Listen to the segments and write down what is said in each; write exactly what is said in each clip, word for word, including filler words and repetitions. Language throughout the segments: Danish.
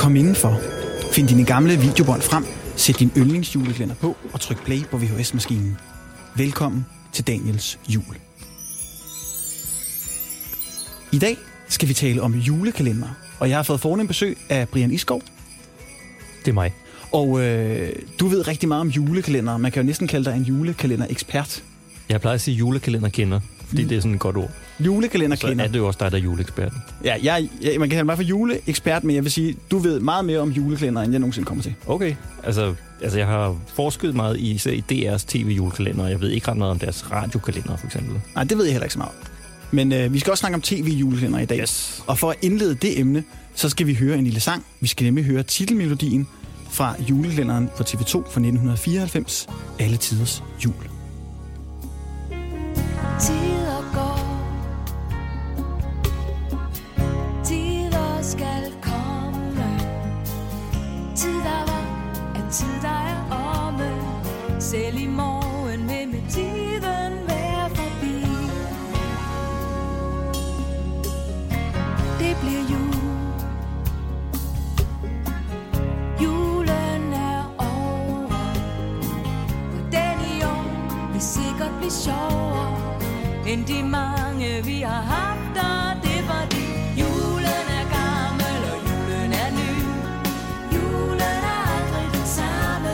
Kom indenfor. Find dine gamle videobånd frem, sæt din yndlingsjulekalender på og tryk play på V H S-maskinen. Velkommen til Daniels jul. I dag skal vi tale om julekalender, og jeg har fået fornemt besøg af Brian Iskov. Det er mig. Og øh, du ved rigtig meget om julekalender. Man kan jo næsten kalde dig en julekalender-ekspert. Jeg plejer at sige julekalenderkender, fordi mm. det er sådan et godt ord. Julekalenderkender. Så er det jo også dig, der er juleeksperten. Ja, jeg, jeg, man kan kalde mig for juleekspert, men jeg vil sige, du ved meget mere om julekalender, end jeg nogensinde kommer til. Okay. Altså, altså jeg har forsket meget i, i D R's tv-julekalender, og jeg ved ikke ret meget om deres radiokalender, for eksempel. Nej, det ved jeg heller ikke så meget. Men øh, vi skal også snakke om tv-julekalender i dag. Yes. Og for at indlede det emne, så skal vi høre en lille sang. Vi skal nemlig høre titelmelodien fra julekalenderen på T V to fra nitten fireoghalvfems. Alle tiders jul. Tider går, tider skal komme, tid der var, at tid der er omme, selv i morgen vil med tiden være forbi. Det bliver jul, julen er over, og den i år vil sikkert blive sjovere end de mange vi har haft, og det er fordi julen er gammel og julen er ny. Julen er aldrig den samme.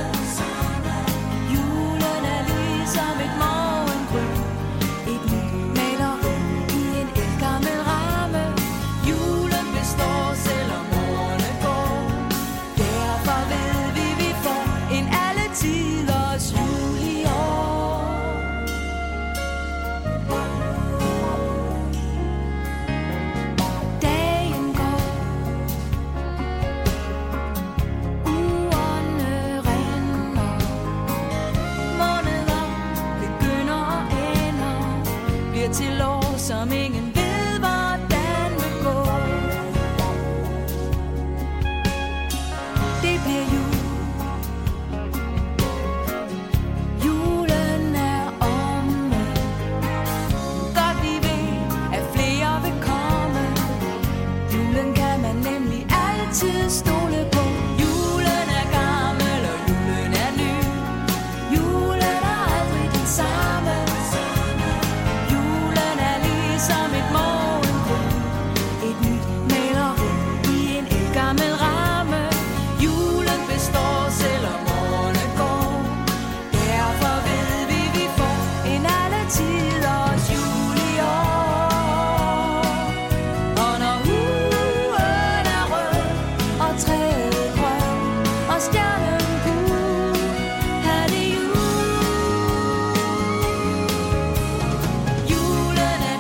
Julen er ligesom et morgengry, et nyt maleri i en ældgammel ramme. Julen består selvom årene går, derfor ved vi vi får en alle tiders jul i år. Til år, som ingen ved, hvordan vil gå. Det bliver jul. Julen er omme. Godt vi ved, at flere vil komme. Julen kan man nemlig altid stole på. Julen er gammel, og julen er ny. Julen er aldrig den samme. Som et morgengry, et nyt maleri i en ældgammel ramme. Julen består selvom årene går, derfor ved vi vi får en alle tiders jul i år. Og når huen er rød og træet grøn og stjernen gul, er det jul. Julen er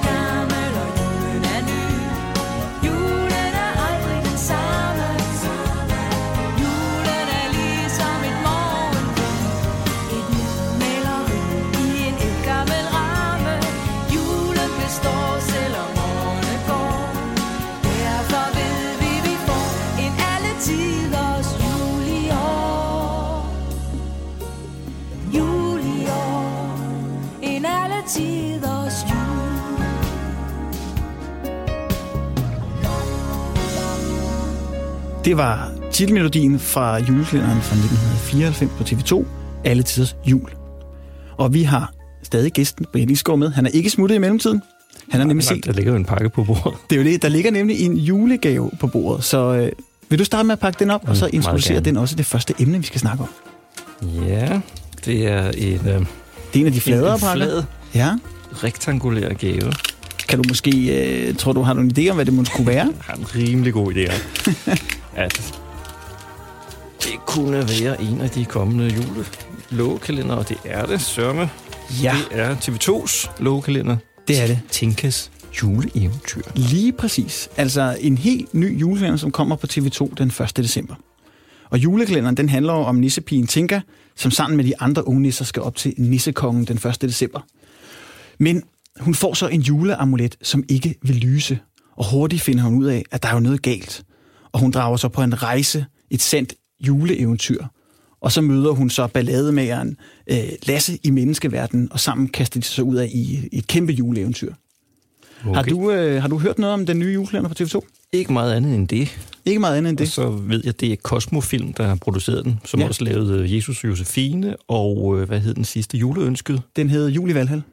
Det var titelmelodien fra julekalenderen fra nitten fireoghalvfems på T V to, Alle tiders jul. Og vi har stadig gæsten Brian Iskov med. Han er ikke smuttet i mellemtiden. Han har nemlig set... Der ligger jo en pakke på bordet. Det er jo det. Der ligger nemlig en julegave på bordet. Så øh, vil du starte med at pakke den op, og så introducere den også det første emne, vi skal snakke om? Ja, det er en... Øh, det er en af de fladere pakker? Flad, ja. Rektangulær gave. Kan du måske... Øh, tror du, har du en idé om, hvad det måske kunne være? Jeg har en rimelig god idé om, at det kunne være en af de kommende julelovekalender, og det er det, sørme. Ja. Det er T V tos lovekalender. Det er det. Tinkas juleeventyr. Lige præcis. Altså en helt ny julekalender, som kommer på T V to den første december. Og julekalenderen, den handler om nissepigen Tinka, som sammen med de andre unge nisser skal op til nissekongen den første december. Men hun får så en juleamulet, som ikke vil lyse, og hurtigt finder hun ud af, at der er jo noget galt. Og hun drager så på en rejse, et sandt juleeventyr. Og så møder hun så ballademageren øh, Lasse i menneskeverdenen, og sammen kaster de sig ud af i et kæmpe juleeventyr. Okay. Har, du, øh, har du hørt noget om den nye julekalender på T V to? Ikke meget andet end det. Ikke meget andet end det. Og så ved jeg, at det er Cosmo-film, der har produceret den, som Ja. også lavede Jesus og Josefine, og øh, hvad hed den sidste, Juleønsket? Den hedder Jul i Valhall.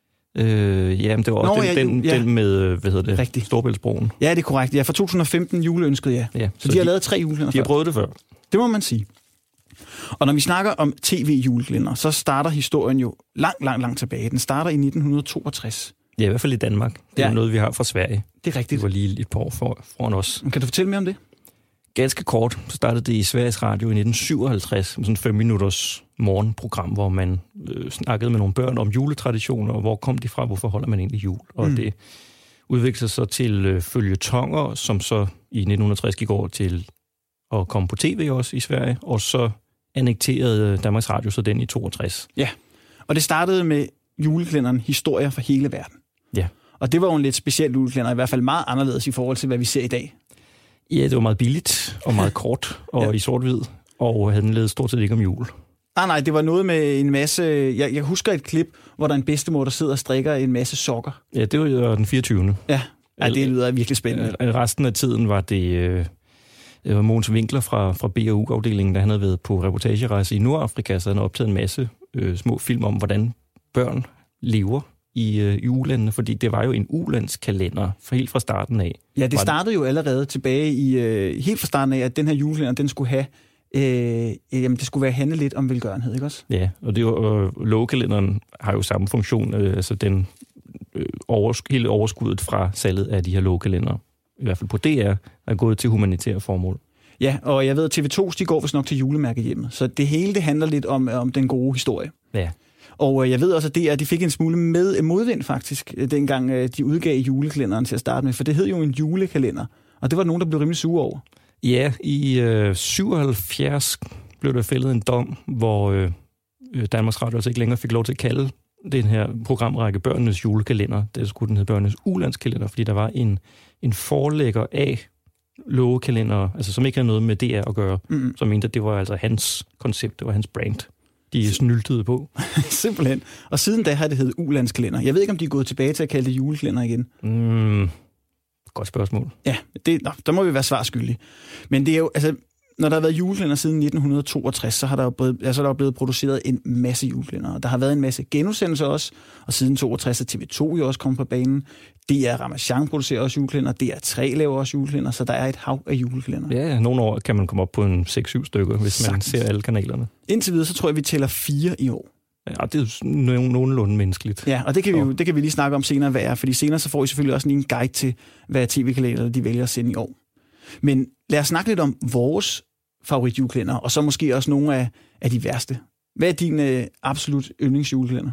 Øh, ja, men det var også Nå, den, ja, den, ju- ja. den med, øh, hvad hedder det, Rigtigt. Storebæltsbroen. Ja, det er korrekt. Ja, fra to tusind og femten juleønsket, ja. Ja, Så, så de, de har lavet tre julekalender De har før. prøvet det før. Det må man sige. Og når vi snakker om tv-julekalender, så starter historien jo langt, langt, langt tilbage. Den starter i nitten toogtres. Ja, i hvert fald i Danmark. Det er Ja. noget, vi har fra Sverige. Det er rigtigt. Det var lige et par år for, foran os. Kan du fortælle mere om det? Ganske kort, så startede det i Sveriges Radio i nitten syvoghalvtreds, med sådan et fem minutters morgenprogram, hvor man øh, snakkede med nogle børn om juletraditioner, og hvor kom de fra, hvorfor holder man egentlig jul? Og Mm. det udviklede sig til øh, følgetonger, som så i nitten tres gik over til at komme på tv også i Sverige, og så annekterede Danmarks Radio så den i toogtres. Ja, og det startede med julekalenderen Historier fra hele verden. Ja. Og det var jo en lidt speciel julekalender, i hvert fald meget anderledes i forhold til, hvad vi ser i dag. Ja, det var meget billigt og meget kort og Ja. ja. i sort-hvid, og han lavede stort set ikke om jul. Nej, nej, det var noget med en masse... Jeg, jeg husker et klip, hvor der er en bedstemor, der sidder og strikker en masse sokker. Ja, det var jo den fireogtyvende Ja, ja det lyder virkelig spændende. Øh, Resten af tiden var det, øh, det var Mogens Winkler fra, fra B og U-afdelingen, der han havde været på reportagerejse i Nordafrika, så han havde optaget en masse øh, små film om, hvordan børn lever i, øh, i ulandene, fordi det var jo en ulandskalender for helt fra starten af. Ja, det Var startede jo allerede tilbage i... Øh, helt fra starten af, at den her julekalender, den skulle have... Øh, jamen, det skulle være handle lidt om velgørenhed, ikke også? Ja, og det var, øh, lovkalenderen har jo samme funktion, øh, altså den øh, overs- hele overskuddet fra salget af de her lovkalendere, i hvert fald på D R, er gået til humanitære formål. Ja, og jeg ved, at T V to, de går vist nok til julemærkehjemmet. Så det hele, det handler lidt om, om den gode historie. Ja. Og øh, jeg ved også, at D R, de fik en smule med modvind faktisk, øh, dengang øh, de udgav julekalenderen til at starte med. For det hed jo en julekalender, og det var nogen, der blev rimelig sure over. Ja, i øh, syvoghalvfjerds blev der fældet en dom, hvor øh, Danmarks Radio altså ikke længere fik lov til at kalde den her programrække Børnenes julekalender. Det skulle den hedde Børnenes ulandskalender, fordi der var en, en forlægger af lovekalender, altså som ikke havde noget med D R at gøre, Mm. som mente, at det var altså hans koncept, det var hans brand. De snyltede på. Simpelthen. Og siden da har det heddet ulandskalender. Jeg ved ikke, om de er gået tilbage til at kalde det julekalender igen. Mm, godt spørgsmål. Ja, det, nå, der må vi være svarskyldige. Men det er jo, altså, når der har været julekalender siden nitten toogtres, så har der jo blevet, altså, der er blevet produceret en masse julekalender. Der har været en masse genudsendelser også, og siden toogtres er T V to jo også kommet på banen. D R Ramachan producerer også julekalender, D R tre laver også julekalender, så der er et hav af julekalender. Ja, nogle år kan man komme op på en seks syv stykker, hvis Sagtens. man ser alle kanalerne. Indtil videre, så tror jeg, vi tæller fire i år. Ja, det er jo no- nogenlunde menneskeligt. Ja, og det kan, vi Så. jo, det kan vi lige snakke om senere, hvad er, fordi senere så får I selvfølgelig også lige en guide til, hvad tv-kanaler de vælger at sende i år. Men lad os snakke lidt om vores favoritjulekalender, og så måske også nogle af, af de værste. Hvad er din øh, absolut yndlingsjulekalender?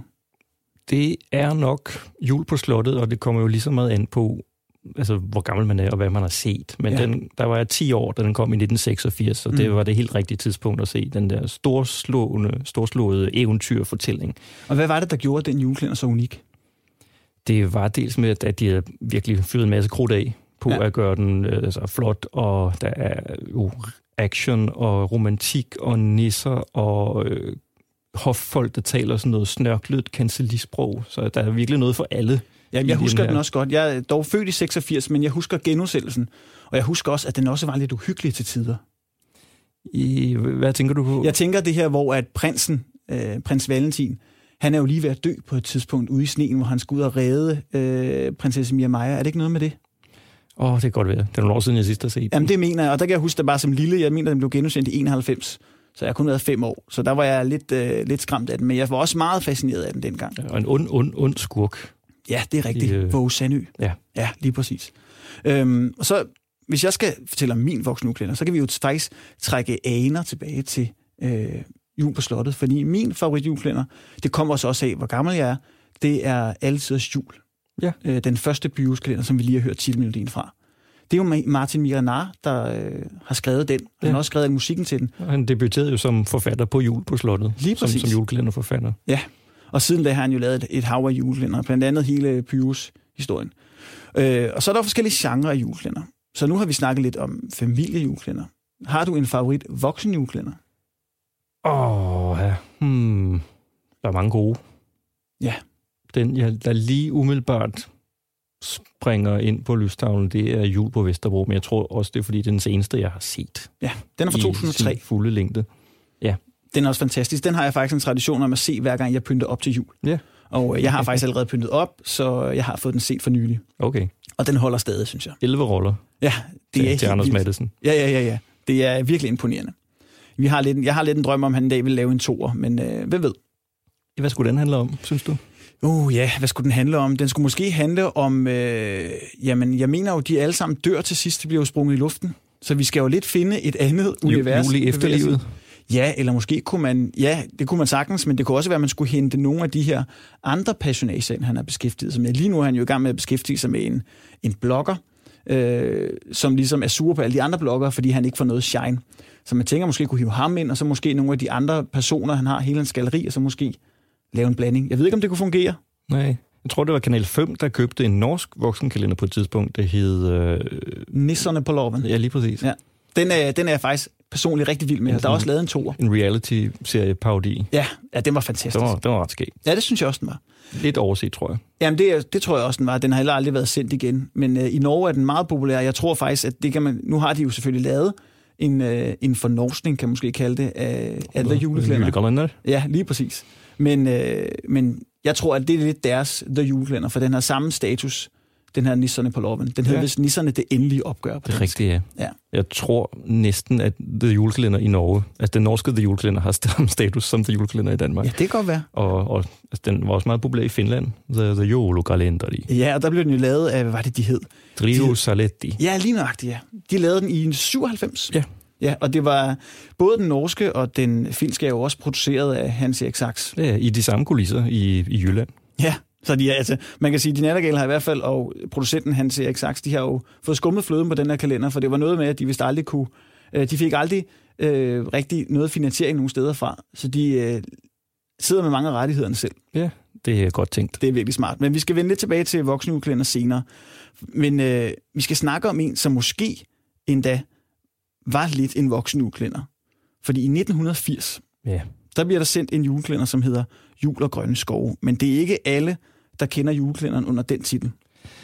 Det er nok Jul på slottet, og det kommer jo lige så meget an på, altså, hvor gammel man er og hvad man har set. Men Ja. ja. den, der var jeg ti år, da den kom i nitten seksogfirs, så mm. det var det helt rigtige tidspunkt at se den der storslående, storslåede eventyrfortælling. Og hvad var det, der gjorde den julekalender så unik? Det var dels med, at de havde virkelig fyret en masse krudt af på Ja. ja. at gøre den øh, altså, flot, og der er jo action og romantik og nisser og øh, hoffolk, der taler sådan noget snørklet kancellisprog, så der er virkelig noget for alle. Jamen, i jeg husker her. den også godt. Jeg er dog født i seksogfirs, men jeg husker genudsendelsen. Og jeg husker også, at den også var lidt uhyggelig til tider. I, hvad tænker du på? Jeg tænker det her, hvor at prinsen, øh, prins Valentin, han er jo lige ved at dø på et tidspunkt ude i sneen, hvor han skal ud og redde øh, prinsesse Mia Maja. Er det ikke noget med det? Åh, oh, det kan godt være. Det er nogle år siden, jeg sidst har set den. Jamen det mener jeg, og der kan jeg huske det bare som lille. Jeg mener, den blev genudsendt i enoghalvfems, så jeg har kun været fem år. Så der var jeg lidt, øh, lidt skræmt af den, men jeg var også meget fascineret af den dengang. Og en ond, ond, ond skurk. Ja, det er rigtigt. Øh, Våge Sandø. Ja. Ja, lige præcis. Øhm, og så, hvis jeg skal fortælle om min voksenjulekalender, så kan vi jo faktisk trække aner tilbage til øh, Jul på slottet, fordi min favoritjulekalender, det kommer også også af, hvor gammel jeg er, det er Alletiders Jul. Ja. Øh, den første byjulekalender, som vi lige har hørt titelmelodien fra. Det er jo Martin Miranar, der øh, har skrevet den, og ja. han har også skrevet musikken til den. Han debuterede jo som forfatter på Jul på slottet. Lige som, præcis. som julekalenderforfatter. Ja, og siden da har han jo lavet et, et hav af julekalender, blandt andet hele Pyrus-historien. Øh, og så er der forskellige genrer af julekalender. Så nu har vi snakket lidt om familiejulekalender. Har du en favorit voksenjulekalender? Åh, oh, ja. Hmm. Der er mange gode. Ja. Den, ja, der lige umiddelbart springer ind på lystavlen, det er Jul på Vesterbro, men jeg tror også, det er fordi, det er den seneste, jeg har set. Ja, den er fra to tusind og tre. I fulde længde. Ja. Den er også fantastisk. Den har jeg faktisk en tradition om at se, hver gang jeg pynter op til jul. Ja. Og øh, jeg har faktisk allerede pyntet op, så jeg har fået den set for nylig. Okay. Og den holder stadig, synes jeg. elleve roller. Ja, det er til Anders Matthesen. Ja, ja, ja, ja. Det er virkelig imponerende. Vi har lidt, jeg har lidt en drøm om, at han en dag vil lave en toer, men øh, hvem ved? Hvad skulle den handle om, synes du? Uh, ja, hvad skulle den handle om? Den skulle måske handle om, øh, jamen, jeg mener jo, de alle sammen dør til sidst, de bliver jo sprunget i luften. Så vi skal jo lidt finde et andet univers. Jul i efterlivet? Ja, eller måske kunne man, ja, det kunne man sagtens, men det kunne også være, at man skulle hente nogle af de her andre personager, han har beskæftiget sig med. Lige nu er han jo i gang med at beskæftige sig med en, en blogger, øh, som ligesom er sur på alle de andre bloggere, fordi han ikke får noget shine. Så man tænker, måske kunne hive ham ind, og så måske nogle af de andre personer, han har hele hans galleri, og så måske lave en blanding. Jeg ved ikke, om det kunne fungere. Nej. Jeg tror, det var Kanal fem, der købte en norsk voksenkalender på et tidspunkt. Det hed... Øh... Nisserne på Loven. Ja, lige præcis. Ja. Den, er, den er jeg faktisk personligt rigtig vild med. Der er også lavet en toer. En reality-serie-parodi. Ja, ja, den var fantastisk. Den var, den var ret skæg. Ja, det synes jeg også, den var. Lidt overset, tror jeg. Jamen, det, det tror jeg også, den var. Den har heller aldrig været sendt igen. Men øh, i Norge er den meget populær. Jeg tror faktisk, at det kan man... Nu har de jo selvfølgelig lavet en, øh, en fornorsning, kan man måske kalde det, af alle juleklænder. Ja, lige præcis. Men, øh, men jeg tror, at det er lidt deres The Juleklænder, for den har samme status, den her Nisserne på Loven. Den hedder ja. vist Nisserne det endelige opgør. På det er rigtigt, ja. ja. Jeg tror næsten, at The Juleklænder i Norge, altså den norske The Juleklænder, har samme status som The Juleklænder i Danmark. Ja, det kan godt være. Og, og altså, den var også meget populær i Finland, The, the Julekalender. Ja, og der blev den jo lavet af, hvad var det, de hed? Trio Saletti. Ja, lige nøjagtigt, ja. De lavede den i syvoghalvfems. Ja. Ja, og det var både den norske og den finske er jo også produceret af Hans Erik Sachs. Ja, i de samme kulisser i, i Jylland. Ja, så de er, altså, man kan sige, at De Nattergale har i hvert fald, og producenten Hans Erik Sachs, de har jo fået skummet fløden på den her kalender, for det var noget med, at de vist aldrig kunne, de fik aldrig øh, rigtig noget finansiering nogen steder fra, så de øh, sidder med mange af rettighederne selv. Ja, det er godt tænkt. Det er virkelig smart. Men vi skal vende lidt tilbage til voksenjulekalender senere. Men øh, vi skal snakke om en, som måske endda var lidt en voksenjulekalender. Fordi i nitten firs, ja. der bliver der sendt en julekalender, som hedder Jul og Grønne Skove. Men det er ikke alle, der kender julekalenderen under den titel.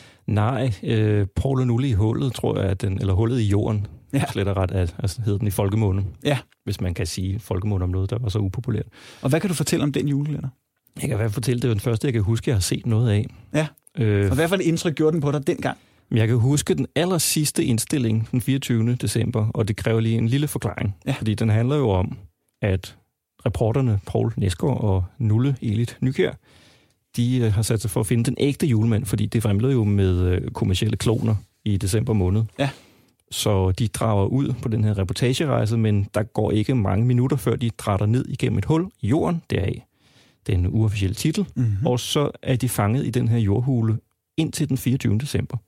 Nej, øh, Poul og Nulle i hullet, tror jeg, at den, eller hullet i jorden, ja. slet og ret, at, altså hedder den i folkemunde. Ja. Hvis man kan sige folkemunde om noget, der var så upopulært. Og hvad kan du fortælle om den julekalender? Jeg kan i hvert fald fortælle, det var den første, jeg kan huske, jeg har set noget af. Ja, øh, og hvad for et indtryk gjorde den på dig dengang? Jeg kan huske den aller sidste indstilling, den fireogtyvende december, og det kræver lige en lille forklaring. Ja. Fordi den handler jo om, at reporterne Poul Nesgaard og Nulle Elit Nykjær, de har sat sig for at finde den ægte julemand, fordi det fremlede jo med kommercielle kloner i december måned. Ja. Så de drager ud på den her reportagerejse, men der går ikke mange minutter, før de drætter ned igennem et hul i jorden, deraf den uofficielle titel, mm-hmm. og så er de fanget i den her jordhule indtil den fireogtyvende december.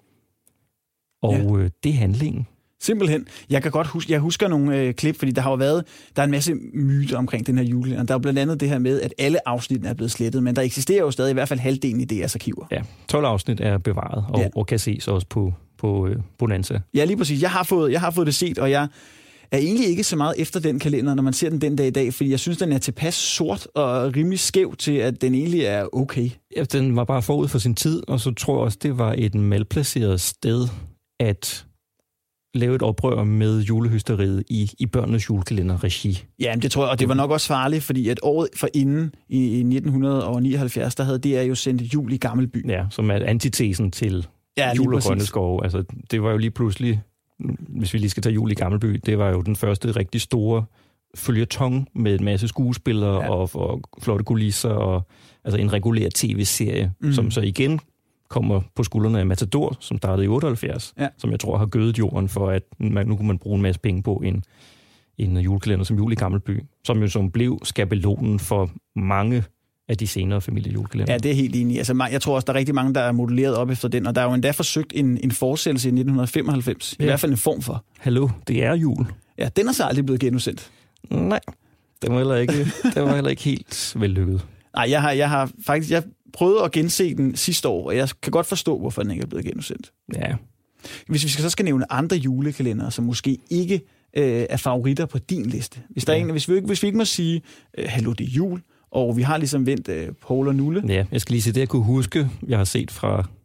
Og ja. øh, det er handlingen. Simpelthen. Jeg kan godt huske, jeg husker nogle øh, klip, fordi der har jo været, der er en masse myter omkring den her julekalender. Der er jo blandt andet det her med, at alle afsnit er blevet slettet, men der eksisterer jo stadig i hvert fald halvdelen i D R's arkiver. Ja, tolv afsnit er bevaret, og, ja. og kan ses også på, på øh, Bonanza. Ja, lige præcis. Jeg har, fået, jeg har fået det set, og jeg er egentlig ikke så meget efter den kalender, når man ser den den dag i dag, fordi jeg synes, den er tilpas sort og rimelig skæv til, at den egentlig er okay. Ja, den var bare forud for sin tid, og så tror jeg også, det var et malplaceret sted at lave et oprør med julehysteriet i, i børnenes julekalender-regi. Ja, det tror jeg, og det var nok også farligt, fordi at året forinden i, i nitten nioghalvfjerds, der havde D R jo sendt Jul i Gammelby. Ja, som er antitesen til ja, Jul og Grønne Skove. Altså, det var jo lige pludselig, hvis vi lige skal tage Jul i Gammelby, det var jo den første rigtig store føljeton med en masse skuespillere ja. og, og flotte kulisser, og altså en regulær tv-serie, mm. som så igen kommer på skuldrene af Matador, som startede i otteoghalvfjerds, ja. som jeg tror har gødet jorden for, at man, nu kunne man bruge en masse penge på en, en julekalender som Jul i Gammelby, som jo som blev skabelonen for mange af de senere familiejulekalender. Ja, det er helt enig. Altså, jeg tror også, der er rigtig mange, der er modelleret op efter den, og der er jo endda forsøgt en, en fortsættelse i nitten femoghalvfems. Ja. I hvert fald en form for. Hallo, det er jul. Ja, den er så aldrig blevet genudsendt. Nej, det var heller ikke, det var heller ikke helt vellykket. Nej, jeg har, jeg har faktisk jeg prøvet at gense den sidste år, og jeg kan godt forstå, hvorfor den ikke er blevet genudsendt. Ja. Hvis vi skal, så skal nævne andre julekalender, som måske ikke øh, er favoritter på din liste. Hvis, der ja. er en, hvis, vi, hvis vi ikke må sige, øh, hallo, det er jul, og vi har ligesom vendt øh, Poul og Nulle. Ja, jeg skal lige se det, jeg kunne huske, jeg har set fra,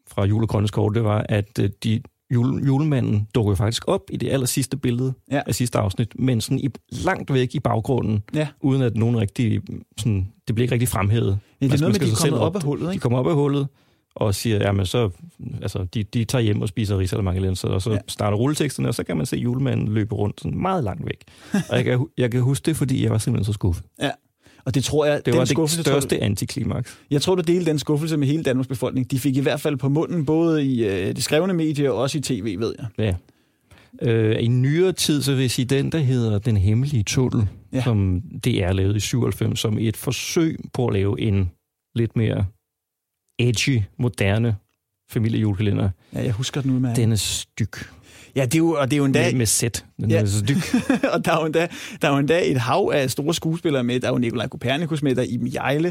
fra Julegrønnes kort, det var, at øh, de, jule, julemanden dukker jo faktisk op i det aller sidste billede ja. af sidste afsnit, men sådan i, langt væk i baggrunden, ja. uden at nogen rigtig, sådan, det bliver ikke rigtig fremhævet. Ja, det er noget med, de kommer op, op af hullet, ikke? De kommer op af hullet, og siger, jamen så, altså, de, de tager hjem og spiser risalemanglenser, og så ja. starter rulleteksterne, og så kan man se julemanden løbe rundt sådan meget langt væk. Og jeg kan, jeg kan huske det, fordi jeg var simpelthen så skuffet. Ja, og det tror jeg... Det var den det største antiklimaks. Jeg tror, du delte den skuffelse med hele Danmarks befolkning. De fik i hvert fald på munden, både i øh, de skrevne medier og også i tv, ved jeg. Ja. Øh, I nyere tid, så vil jeg sige, den, der hedder Den Hemmelige Tunnel, ja. som D R lavede i syvoghalvfems, som et forsøg på at lave en lidt mere edgy, moderne familiejulekalender. Ja, jeg husker den udmærket. Den er styk. Ja, det er jo, og det er jo endda... Med, med sæt. Den ja. er så styk. Og der er, jo endda, der er jo endda et hav af store skuespillere med. Der er jo Nikolaj Kopernikus med, der er Iben Hjejle,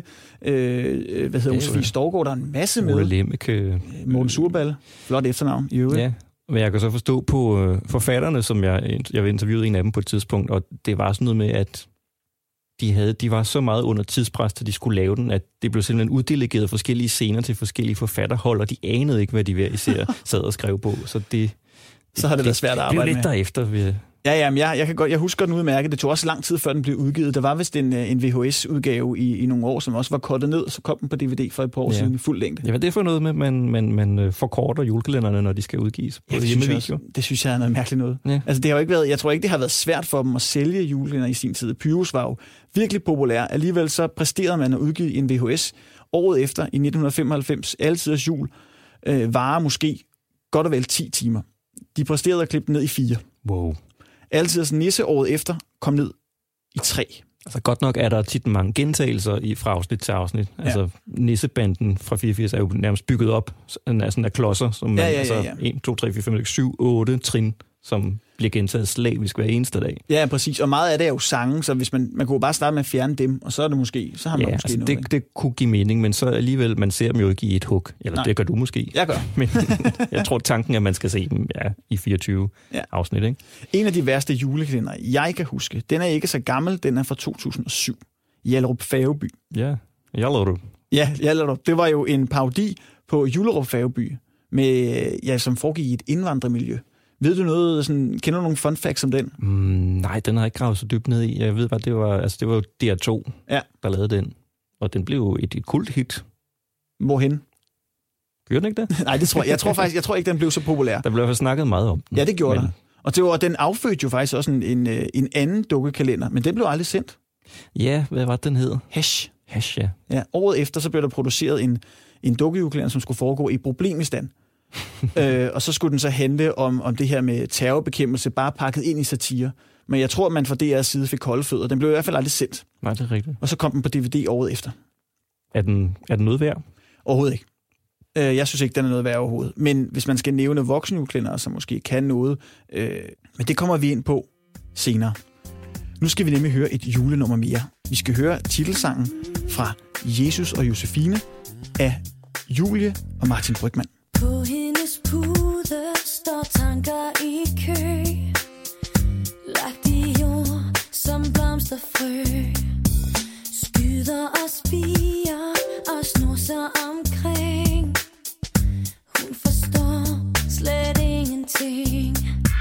øh, hvad hedder hun, Sofie Storgård, der er en masse med. Ole Lemmeke. Morten Surballe. Flot efternavn i øvrigt. Ja, men jeg kan så forstå på øh, forfatterne, som jeg, jeg har interviewet en af dem på et tidspunkt, og det var sådan noget med, at de, havde, de var så meget under tidspres, at de skulle lave den, at det blev simpelthen uddelegeret forskellige scener til forskellige forfatterhold, og de anede ikke, hvad de hver især sad og skrev på. Så det, så har det, det været svært at arbejde med. Det blev lidt derefter. Ved... Ja, ja, men jeg, jeg, kan godt, jeg husker den udmærket. Det tog også lang tid, før den blev udgivet. Der var vist en, en V H S-udgave i, i nogle år, som også var kortet ned, så kom den på D V D for et par år ja. siden i fuld længde. Ja, hvad er det for noget med, at man, man, man forkorter julekalenderne, når de skal udgives på ja, det hjemmevideo? Synes jeg, det synes jeg er noget mærkeligt noget. Ja. Altså, det har jo ikke været, jeg tror ikke, det har været svært for dem at sælge julekalender i sin tid. Pyrus var jo virkelig populær. Alligevel så præsterede man at udgive en V H S året efter, i nitten femoghalvfems. Altiders jul øh, varer måske godt og vel ti timer. De præsterede at klippe den ned i fire. Wow. Altiders nisse året efter kom ned i tre. Altså godt nok er der tit mange gentagelser i, fra afsnit til afsnit. Ja. Altså nissebanden fra fireogfirs er jo nærmest bygget op af sådan af klodser, som man, ja, ja, ja, ja. altså en, to, tre, fire, fem, seks, syv, otte trin, som bliver gentaget slavisk hver eneste dag. Ja, præcis. Og meget af det er jo sange, så hvis man, man kunne bare starte med at fjerne dem, og så er det måske, så har man ja, måske altså noget. Det, det kunne give mening, men så alligevel, man ser dem jo ikke i et hug. Eller Nej. Det gør du måske. Jeg gør. Men jeg tror, tanken er, at man skal se dem ja, i fireogtyve ja. afsnit, ikke? En af de værste julekalender, jeg kan huske, den er ikke så gammel, den er fra to tusind og syv. Hjallerup Færgeby. Ja, Hjallerup. Ja, Hjallerup. Det var jo en parodi på Hjallerup Færgeby, med, ja, som foregik i et indvandrermiljø. Ved du noget, sådan, kender du nogle fun facts om den? Mm, nej, den har jeg ikke gravet så dybt ned i. Jeg ved bare, det var, altså, det var jo D R to, ja. der lavede den. Og den blev jo et, et kult hit. Hvorhen? Gjorde den ikke det? Nej, det tror jeg. Jeg tror faktisk, jeg tror ikke, den blev så populær. Der blev i hvert fald snakket meget om den. Ja, det gjorde men... der. Og det var, den affødte jo faktisk også en, en, en anden dukkekalender, men den blev aldrig sendt. Ja, hvad var den hed? Hash. Hash, ja. Ja, året efter så blev der produceret en, en dukkejulekalender, som skulle foregå i Problemistan. øh, og så skulle den så handle om, om det her med terrorbekæmpelse, bare pakket ind i satire. Men jeg tror, man fra D R's side fik kolde fødder. Den blev i hvert fald aldrig sendt. Nej, det er rigtigt. Og så kom den på D V D året efter. Er den, er den noget værd? Overhovedet ikke. Øh, jeg synes ikke, den er noget værd overhovedet. Men hvis man skal nævne voksenjulekalendere, som måske kan noget, øh, men det kommer vi ind på senere. Nu skal vi nemlig høre et julenummer mere. Vi skal høre titelsangen fra Jesus og Josefine af Julie og Martin Brygmann. På hendes pude står tanker i kø, lagt i jord som blomsterfrø, skyder og spiger og snor sig omkring. Hun forstår slet ingenting.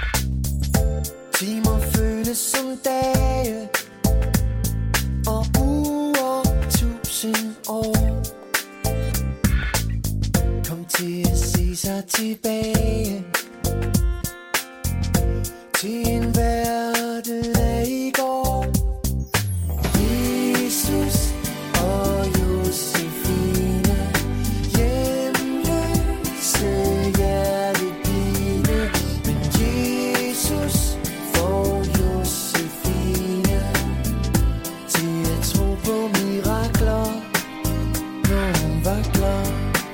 Timer føles som dage, og uger tusind år. Kom til at se sig tilbage til en verden af i går. Jesus og Josefine, hjemløse hjertepine. Men Jesus får Josefine til at tro på mirakler, når hun vakler.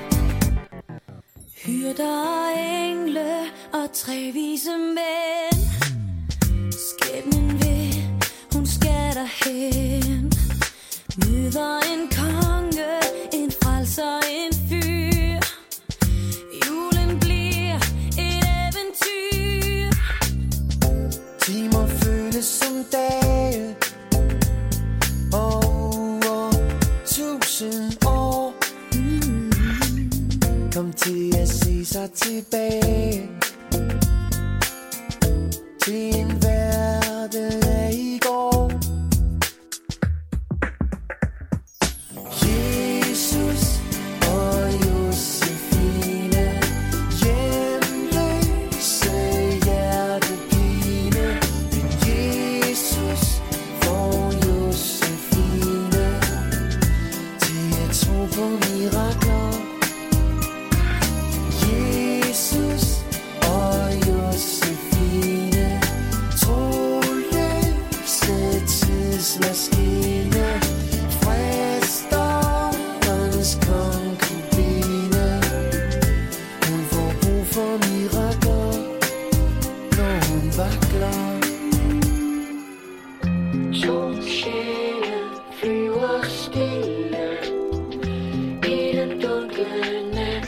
Hyrder og engle og tre vise mænd, skæbnen vil, hun skal derhen. Møder en konge, en frelser, en fyr. Julen bliver et eventyr. Timer føles som dage, og uger tusind år. Mm. Kom til at til en verden af i går. Jesus og Josefine, hjemløse hjertepine, men Jesus får Josefine til at tro på mirakler. Jesus og Josefine, troløse tidsmaskine, fristerens konkubine. Hun får brug for mirakler, når hun vakler. To sjæle flyver stille i den dunkle nat.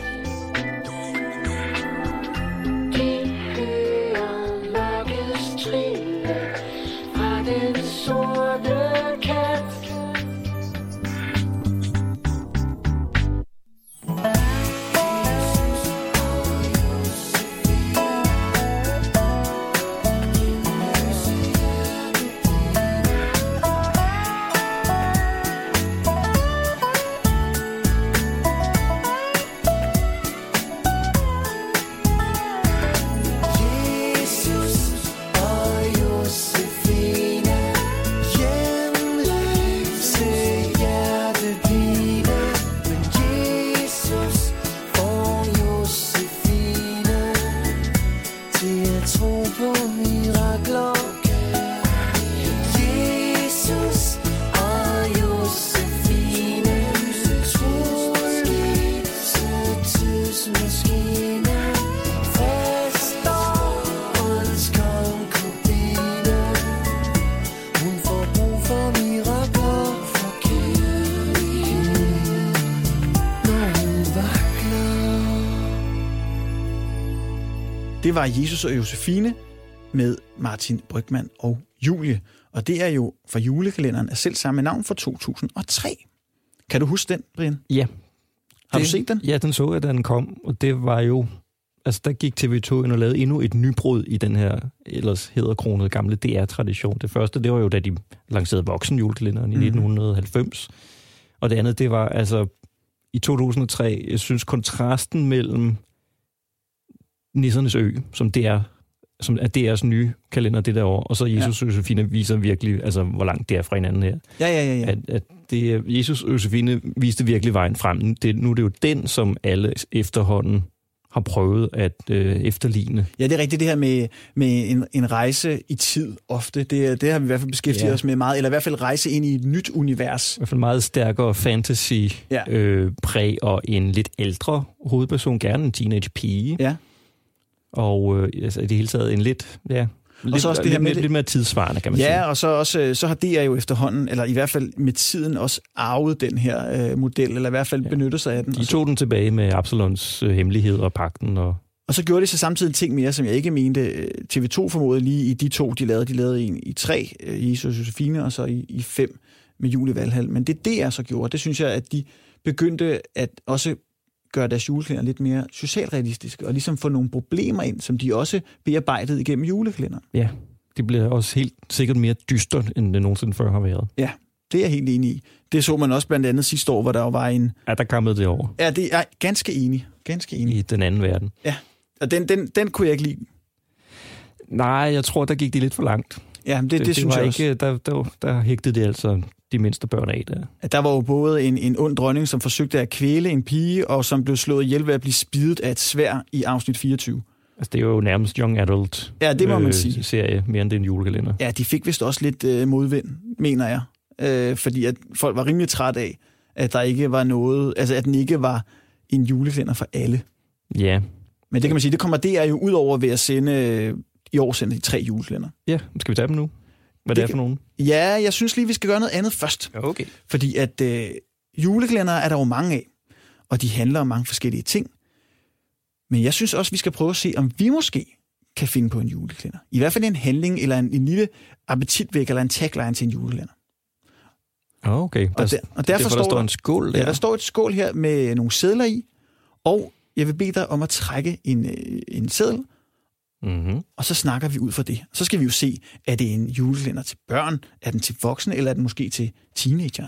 De hører mørkets trille fra den sorte kat. Jesus og Josefine, hjemløse hjertepine, men Jesus får Josefine til at tro på mirakler. Jesus og Josefine, troløse tidsmaskine, fristerens konkubine. Hun får brug for mirakler, for kærlighed, når hun vakler. Det var Jesus og Josefine med Martin Brygmann og Julie. Og det er jo fra julekalenderen af selv samme navn fra to tusind og tre. Kan du huske den, Brian? Ja. Har det, du set den? Ja, den så jeg, da den kom, og det var jo... Altså, der gik T V to ind og lavede endnu et nybrud i den her ellers hæderkronede gamle D R-tradition. Det første, det var jo, da de lancerede voksenjulekalenderen i Mhm. nitten halvfems. Og det andet, det var altså i to tusind og tre, jeg synes, kontrasten mellem Nissernes Ø, som det er, som er D R's nye kalender det der år, og så Jesus og Josefine viser virkelig, altså hvor langt det er fra hinanden her. Ja, ja, ja. ja. At, at det, er- Jesus og Josefine viste virkelig vejen frem. Det, nu er det jo den, som alle efterhånden har prøvet at øh, efterligne. Ja, det er rigtigt det her med, med en, en rejse i tid ofte. Det, det har vi i hvert fald beskæftiget Ja. os med meget, eller i hvert fald rejse ind i et nyt univers. I hvert fald meget stærkere fantasy Ja. øh, præg og en lidt ældre hovedperson, gerne en teenage pige. Ja. Og øh, altså, i det hele taget en lidt, ja, lidt, så også det her lidt, med lidt, det- lidt mere tidsvarende, kan man sige. Ja, og så, også, så har D R jo efterhånden, eller i hvert fald med tiden også arvet den her øh, model, eller i hvert fald Ja. benyttet sig af den. De Og så, tog den tilbage med Absalons øh, hemmelighed og pagten. Og, og så gjorde de så samtidig en ting mere, som jeg ikke mente øh, T V to formodede lige i de to, de lavede. De lavede en i tre, øh, Jesus og Josefine, og så i, i fem med Julie Valhall. Men det D R så gjorde, det synes jeg, at de begyndte at også gøre deres julekalender lidt mere socialrealistiske, og ligesom få nogle problemer ind, som de også bearbejdede igennem julekalenderen. ja, det bliver også helt sikkert mere dystert, end det nogensinde før har været. Ja, det er jeg helt enig i. Det så man også blandt andet sidste år, hvor der jo var en... Ja, der kammede det over Ja, det er ganske enig. Ganske enig. i den anden verden. Og den, den, den kunne jeg ikke lide. Nej, jeg tror, der gik de lidt for langt. Ja, det, det, det, det synes var jeg ikke, der, der, der hægtede de altså de mindste børn af der. også. Der var jo både en, en ond dronning, som forsøgte at kvæle en pige, og som blev slået ihjel ved at blive spidet af et sværd i afsnit fireogtyve. Altså, det er jo nærmest young adult Ja, det må man sige. serie, mere end det er en julekalender. Ja, de fik vist også lidt øh, modvind, mener jeg. Øh, fordi at folk var rimelig træt af, at der ikke var noget, altså at den ikke var en julekalender for alle. Ja, Men det kan man sige, det kommer D R jo ud over ved at sende, øh, i år sender de tre julekalender. ja. Skal vi tage dem nu? Hvad det, Det er for nogen? Ja, jeg synes lige, vi skal gøre noget andet først. Okay. Fordi at øh, julekalender er der jo mange af, og de handler om mange forskellige ting. Men jeg synes også, vi skal prøve at se, om vi måske kan finde på en julekalender. I hvert fald en handling, eller en, en lille appetitvæk, eller en tagline til en julekalender. Okay. Og, der, og derfor det er, for der står en skål der. ja, der står et skål her med nogle sedler i, og jeg vil bede dig om at trække en, øh, en seddel, Mm-hmm. Og så snakker vi ud fra det. Så skal vi jo se, er det en julekalender til børn, er den til voksne, eller er den måske til teenageren?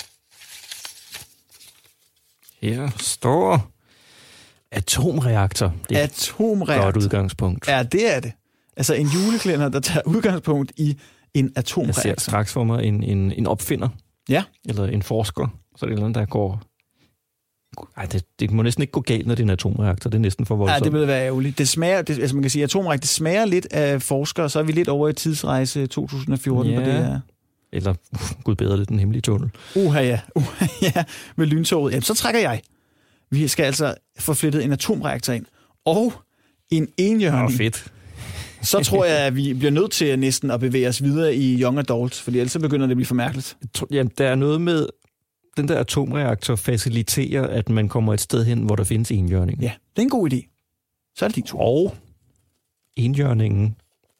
Her står atomreaktor. Det er Atomreaktor. et godt udgangspunkt. Ja, det er det. Altså en julekalender, der tager udgangspunkt i en Jeg atomreaktor. ser straks for mig en, en, en opfinder, Ja, eller en forsker, så er det et eller andet, der går... Ej, det, det må næsten ikke gå galt, når det er en atomreaktor. Det er næsten for ja voldsomt. det vil være ærgerligt. Det smager, det, altså man kan sige, atomreaktor, det smager lidt af forskere, så er vi lidt over i tidsrejse to tusind og fjorten Ja. på det her. Eller, uh, gud bedre, det er den hemmelige tunnel. Uha ja, uha ja, med lyntoget. Jamen, så trækker jeg. Vi skal altså få flettet en atomreaktor ind. Og en enhjørning. Åh, fedt. Så tror jeg, at vi bliver nødt til næsten at bevæge os videre i young adults, fordi ellers så begynder det at blive for mærkeligt. Jeg tror- Jamen, der er noget med... Den der atomreaktor faciliterer, at man kommer et sted hen, hvor der findes enhjørning. Ja, det er en god idé. Så er det din tur. Og enhjørningen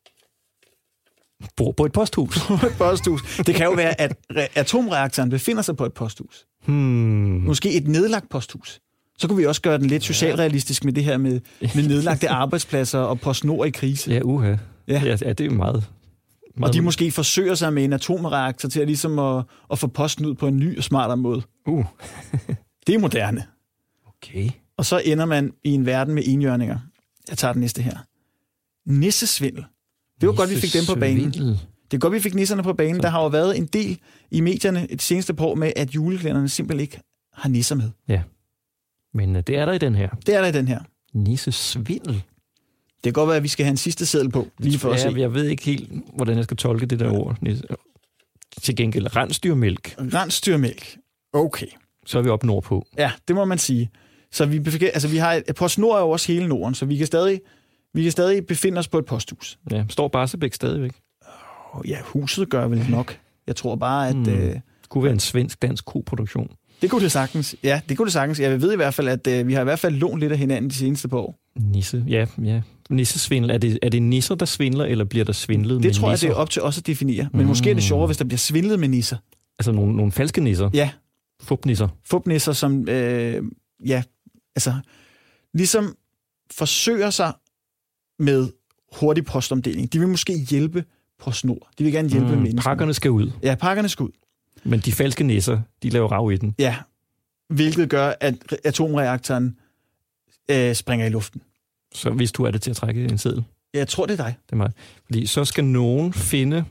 bor på et posthus. Et posthus. Det kan jo være, at re- atomreaktoren befinder sig på et posthus. Hmm. Måske et nedlagt posthus. Så kunne vi også gøre den lidt socialrealistisk med det her med, med nedlagte arbejdspladser og PostNord i krise. Ja, uha. Ja. Ja, ja det er jo meget... meget Og de måske forsøger sig med en atomreaktor til at, ligesom at, at få posten ud på en ny og smartere måde. Uh. Det er moderne. Okay. Og så ender man i en verden med enhjørninger. Jeg tager den næste her. Nissesvindel. Det var godt, vi fik dem på banen. Nissesvindel. Det er godt, vi fik nisserne på banen. Der har jo været en del i medierne et seneste par år med, at julekalenderne simpelthen ikke har nisser med. Men uh, det er der i den her. Det er der i den her. Nissesvindel. Det kan godt være, at vi skal have en sidste seddel på, lige for at se. Ja, jeg ved ikke helt, hvordan jeg skal tolke det der ord. Nisse- Til gengæld rensdyrmælk, Rensdyrmælk. Okay. så er vi oppe nordpå. Ja, det må man sige. Så vi, befik- altså, vi har et, PostNord er jo også hele Norden, så vi kan stadig, vi kan stadig befinde os på et posthus. Ja, står Barsebæk stadigvæk. Og ja, huset gør vel nok. Jeg tror bare, at... Hmm. Øh, Det kunne være en svensk-dansk koproduktion. det kunne det sagtens. Ja, det kunne det sagtens. Jeg ved i hvert fald, at øh, vi har i hvert fald lånt lidt af hinanden de seneste par år. Nisse, ja, ja. Nissesvindel. Er det, er det nisser, der svindler, eller bliver der svindlet Det med tror jeg, nisser? det er op til os at definere. Men Mm. måske er det sjovere, hvis der bliver svindlet med nisser. Altså nogle, nogle falske nisser? Ja, Fupnisser? fupnisser, som øh, ja, altså, ligesom forsøger sig med hurtig postomdeling. De vil måske hjælpe PostNord. De vil gerne hjælpe Mm, mennesker. pakkerne skal ud, Ja, pakkerne skal ud. men de falske nisser, de laver rav i den. Ja, hvilket gør, at atomreaktoren øh, springer i luften. Så hvis du er det til at trække en seddel, Jeg tror, det er dig. det er mig. Fordi så skal nogen finde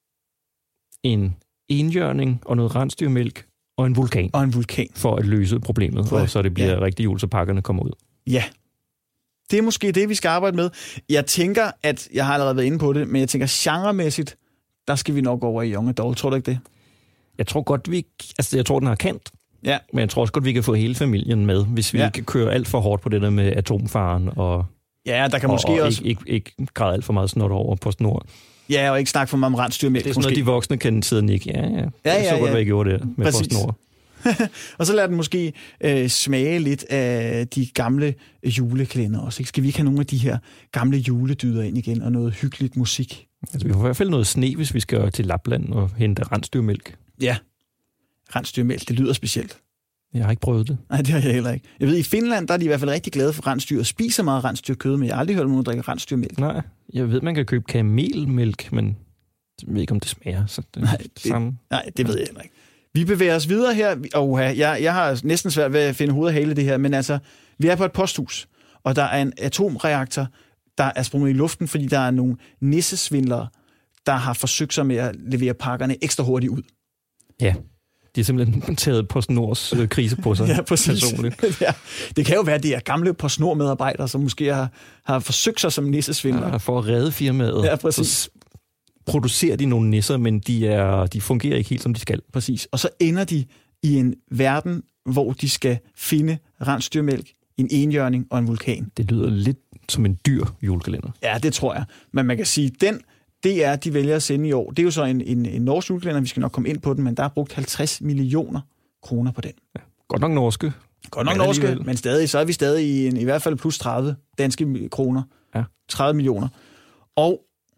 en enhjørning og noget rensdyrmælk og en vulkan Og en vulkan. for at løse problemet, For- og så det bliver ja. rigtig jul, så pakkerne kommer ud. Ja. Det er måske det, vi skal arbejde med. Jeg tænker, at jeg har allerede været inde på det, men jeg tænker, genremæssigt, der skal vi nok over i Young Adult. Tror du ikke det? Jeg tror godt, vi... Altså, jeg tror, den har kant. Ja. Men jeg tror også godt, vi kan få hele familien med, hvis vi Ja. ikke køre alt for hårdt på det der med atomfaren, og, Ja, der kan måske og, og også... ikke, ikke, ikke græde alt for meget snot over PostNord. Ja, og ikke snakke for meget om rensdyrmælk. Det er sådan måske. noget, de voksne kan sidde og nikke. Ja, ja. Ja, det ja, så godt, ja. hvad jeg gjorde der med Præcis. PostNord. Og så lader den måske øh, smage lidt af de gamle julekalender også. Ikke? Skal vi ikke have nogle af de her gamle juledyder ind igen, og noget hyggeligt musik? Altså, vi får i hvert fald noget sne, hvis vi skal til Lapland og hente rensdyrmælk. Ja, rensdyrmælk, det lyder specielt. Jeg har ikke prøvet det. Nej, det har jeg heller ikke. Jeg ved, i Finland, der er de i hvert fald rigtig glade for rensdyr og spiser meget rensdyrkød, men jeg har aldrig hørt om nogen, der drikker rensdyrmælk. Nej, jeg ved, man kan købe kamelmælk, men jeg ved ikke, om det smager. Så det, Nej, det det- samme. Nej, det ved jeg heller ikke. Vi bevæger os videre her. Og jeg, jeg har næsten svært ved at finde hoved og hale i det her, men altså, vi er på et posthus, og der er en atomreaktor, der er sprunget i luften, fordi der er nogle nissesvindlere, der har forsøgt sig med at levere pakkerne ekstra hurtigt ud. Ja, de har simpelthen taget PostNords øh, krise på sig. Ja, præcis. Personligt. Ja. Det kan jo være, at det er gamle PostNord-medarbejdere, som måske har, har forsøgt sig som nissesvindlere. Ja, for at redde firmaet. Ja, præcis. Så s- producerer de nogle nisser, men de, er, de fungerer ikke helt, som de skal. Præcis. Og så ender de i en verden, hvor de skal finde rensdyrmælk, en enhjørning og en vulkan. Det lyder lidt som en dyr julekalender. Ja, det tror jeg. Men man kan sige, den D R, de vælger at sende i år, det er jo så en, en, en norsk julekalender, vi skal nok komme ind på den, men der er brugt halvtreds millioner kroner på den. Godt nok norske. Godt nok Men norske, alligevel. men stadig, så er vi stadig i, en, i hvert fald plus tredive danske kroner. Ja. tredive millioner. Og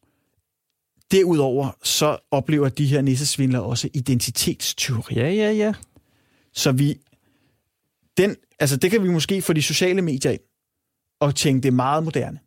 derudover så oplever de her nissesvindlere også identitetstyveri. Ja, ja, ja. Så vi, den, altså det kan vi måske få de sociale medier ind og tænke, det er meget moderne.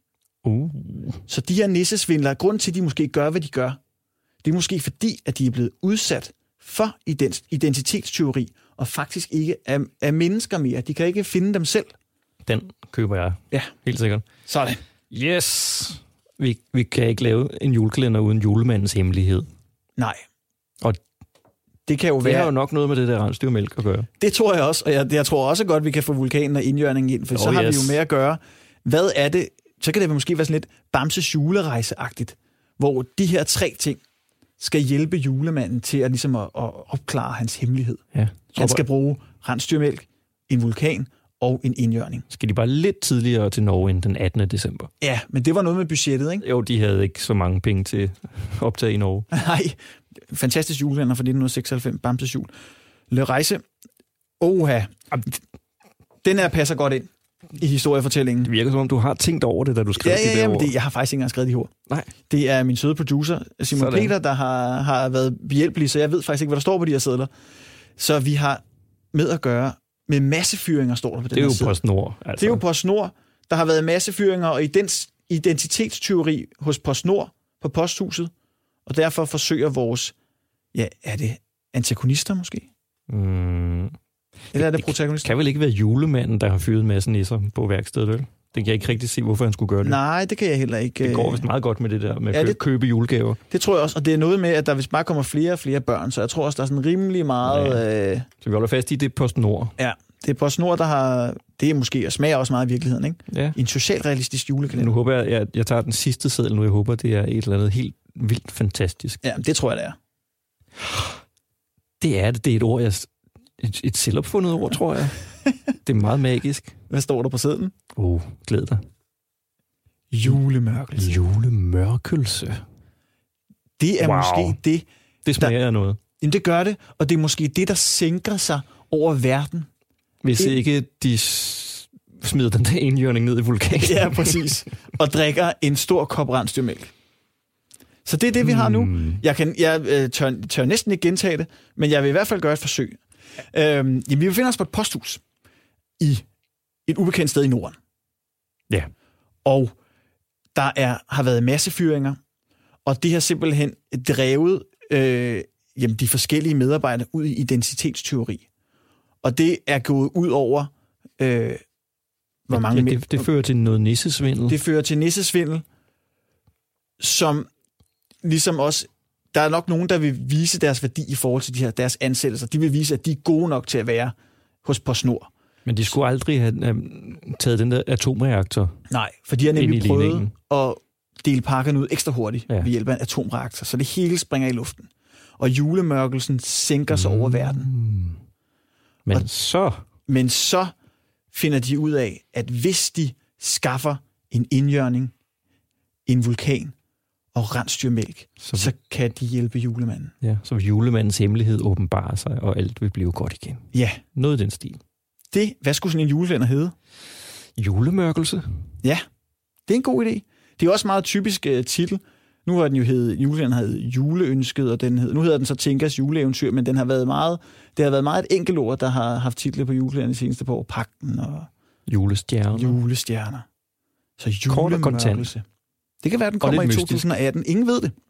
Uh. Så de her nissesvindlere, grund til, at de måske gør, hvad de gør, det er måske fordi, at de er blevet udsat for identitetstyveri, og faktisk ikke er, er mennesker mere. De kan ikke finde dem selv. Den køber jeg. Ja. Helt sikkert. Sådan. Yes! Vi, vi kan ikke lave en julekalender uden julemandens hemmelighed. Nej. Og det kan jo det være... har jo nok noget med det der rensdyrmælk at gøre. Det tror jeg også, og jeg, jeg tror også godt, vi kan få vulkanen og indjørningen ind, for oh, så har yes. vi jo med at gøre. Hvad er det? Så kan det måske være sådan lidt Bamses julerejse-agtigt, hvor de her tre ting skal hjælpe julemanden til at, ligesom at, at opklare hans hemmelighed. Ja. Han skal bruge rensdyrmælk, en vulkan og en indjørning. Skal de bare lidt tidligere til Norge end den attende december? Ja, men det var noget med budgettet, ikke? Jo, de havde ikke så mange penge til optag i Norge. Nej, fantastisk julekalender fra nitten seksoghalvfems, Bamses jul. Le Rejse, oha, den her passer godt ind i historiefortællingen. Det virker som om, du har tænkt over det, da du skrev ja, ja, det der ja, ord. Det, jeg har faktisk ikke engang skrevet de ord. Nej. Det er min søde producer, Simon Sådan. Peter, der har, har været behjælpelig, så jeg ved faktisk ikke, hvad der står på de her sedler. Så vi har med at gøre med massefyringer, står der på den her her side. Det er jo PostNord. Altså. Det er jo PostNord. Der har været massefyringer og identitetstyveri hos PostNord på posthuset, og derfor forsøger vores, ja, er det antagonister måske? Mm. Eller er det protagonister? Det kan vel ikke være julemanden, der har fyret en masse nisser på værkstedet, vel? Det kan jeg ikke rigtig se, hvorfor han skulle gøre det. Nej, det kan jeg heller ikke. Det går vist meget godt med det der med ja, at det, købe julegaver. Det tror jeg også, og det er noget med, at der vist bare kommer flere og flere børn, så jeg tror også, der er sådan rimelig meget... Ja. Øh... Så vi holder fast i, det er PostNord. Ja, det er PostNord, der har... Det er måske, og smager også meget i virkeligheden, ikke? Ja. En socialrealistisk julekalender. Nu håber jeg, jeg, jeg tager den sidste seddel nu. Jeg håber, det er et eller andet helt vildt fantastisk. Ja, det tror jeg, det er. Det er det. Det er et ord, jeg... Et, et selvopfundet ord, tror jeg. Det er meget magisk. Hvad står der på sedlen? Åh, oh, glæd dig. Julemørkelse. Julemørkelse. Det er wow. måske det... Det smager af noget. Jamen, det gør det, og det er måske det, der sænker sig over verden. Hvis det... ikke de smider den der indjørning ned i vulkanen. Ja, præcis. Og drikker en stor kop rensdyrmælk. Så det er det, vi har nu. Jeg, kan, jeg øh, tør, tør næsten ikke gentage det, men jeg vil i hvert fald gøre et forsøg. Øhm, jamen, vi befinder os på et posthus i et ubekendt sted i Norden. Ja. Og der er, har været massefyringer, og det har simpelthen drevet øh, jamen, de forskellige medarbejdere ud i identitetstyveri. Og det er gået ud over... Øh, hvor mange ja, det, det fører til noget nissesvindel. Det fører til nissesvindel, som ligesom også... Der er nok nogen, der vil vise deres værdi i forhold til de her, deres ansættelser. De vil vise, at de er gode nok til at være hos PostNord. Men de skulle aldrig have uh, taget den der atomreaktor. Nej, for de har nemlig prøvet at dele pakkerne ud ekstra hurtigt ja. ved hjælp af en atomreaktor, så det hele springer i luften. Og julemørkelsen sænker sig mm. over verden. Men og, så... Men så finder de ud af, at hvis de skaffer en indjørning, en vulkan og rensdyrmælk, så, så kan de hjælpe julemanden. Ja, så julemandens hemmelighed åbenbarer sig, og alt vil blive godt igen. Ja. Noget i den stil. Det, hvad skulle sådan en julekalender hedde? Julemørkelse? Ja, det er en god idé. Det er også meget typisk uh, titel. Nu har den jo heddet, julekalenderen hed Juleønsket, og den hed, nu hedder den så Tinkas juleeventyr, men den har været meget, det har været meget et enkelt ord, der har haft titler på julekalenderen de seneste par år. Pagten og julestjerner. Julestjerner. Så julemørkelse. Det kan være, den kommer i to tusind atten. Ingen ved det.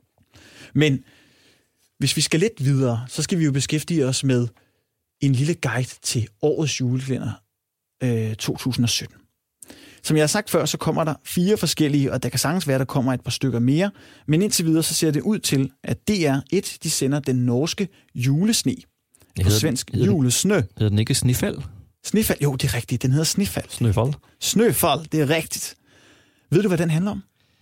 Men hvis vi skal lidt videre, så skal vi jo beskæftige os med en lille guide til årets julekalender øh, to tusind sytten. Som jeg har sagt før, så kommer der fire forskellige, og der kan sagtens være, der kommer et par stykker mere. Men indtil videre, så ser det ud til, at D R et, de sender den norske julesne. På svensk hedder julesnø. Hedder den ikke Snifald? Snifald, jo, det er rigtigt. Den hedder Snifald. Snøfald. Snøfald, det er rigtigt. Ved du, hvad den handler om?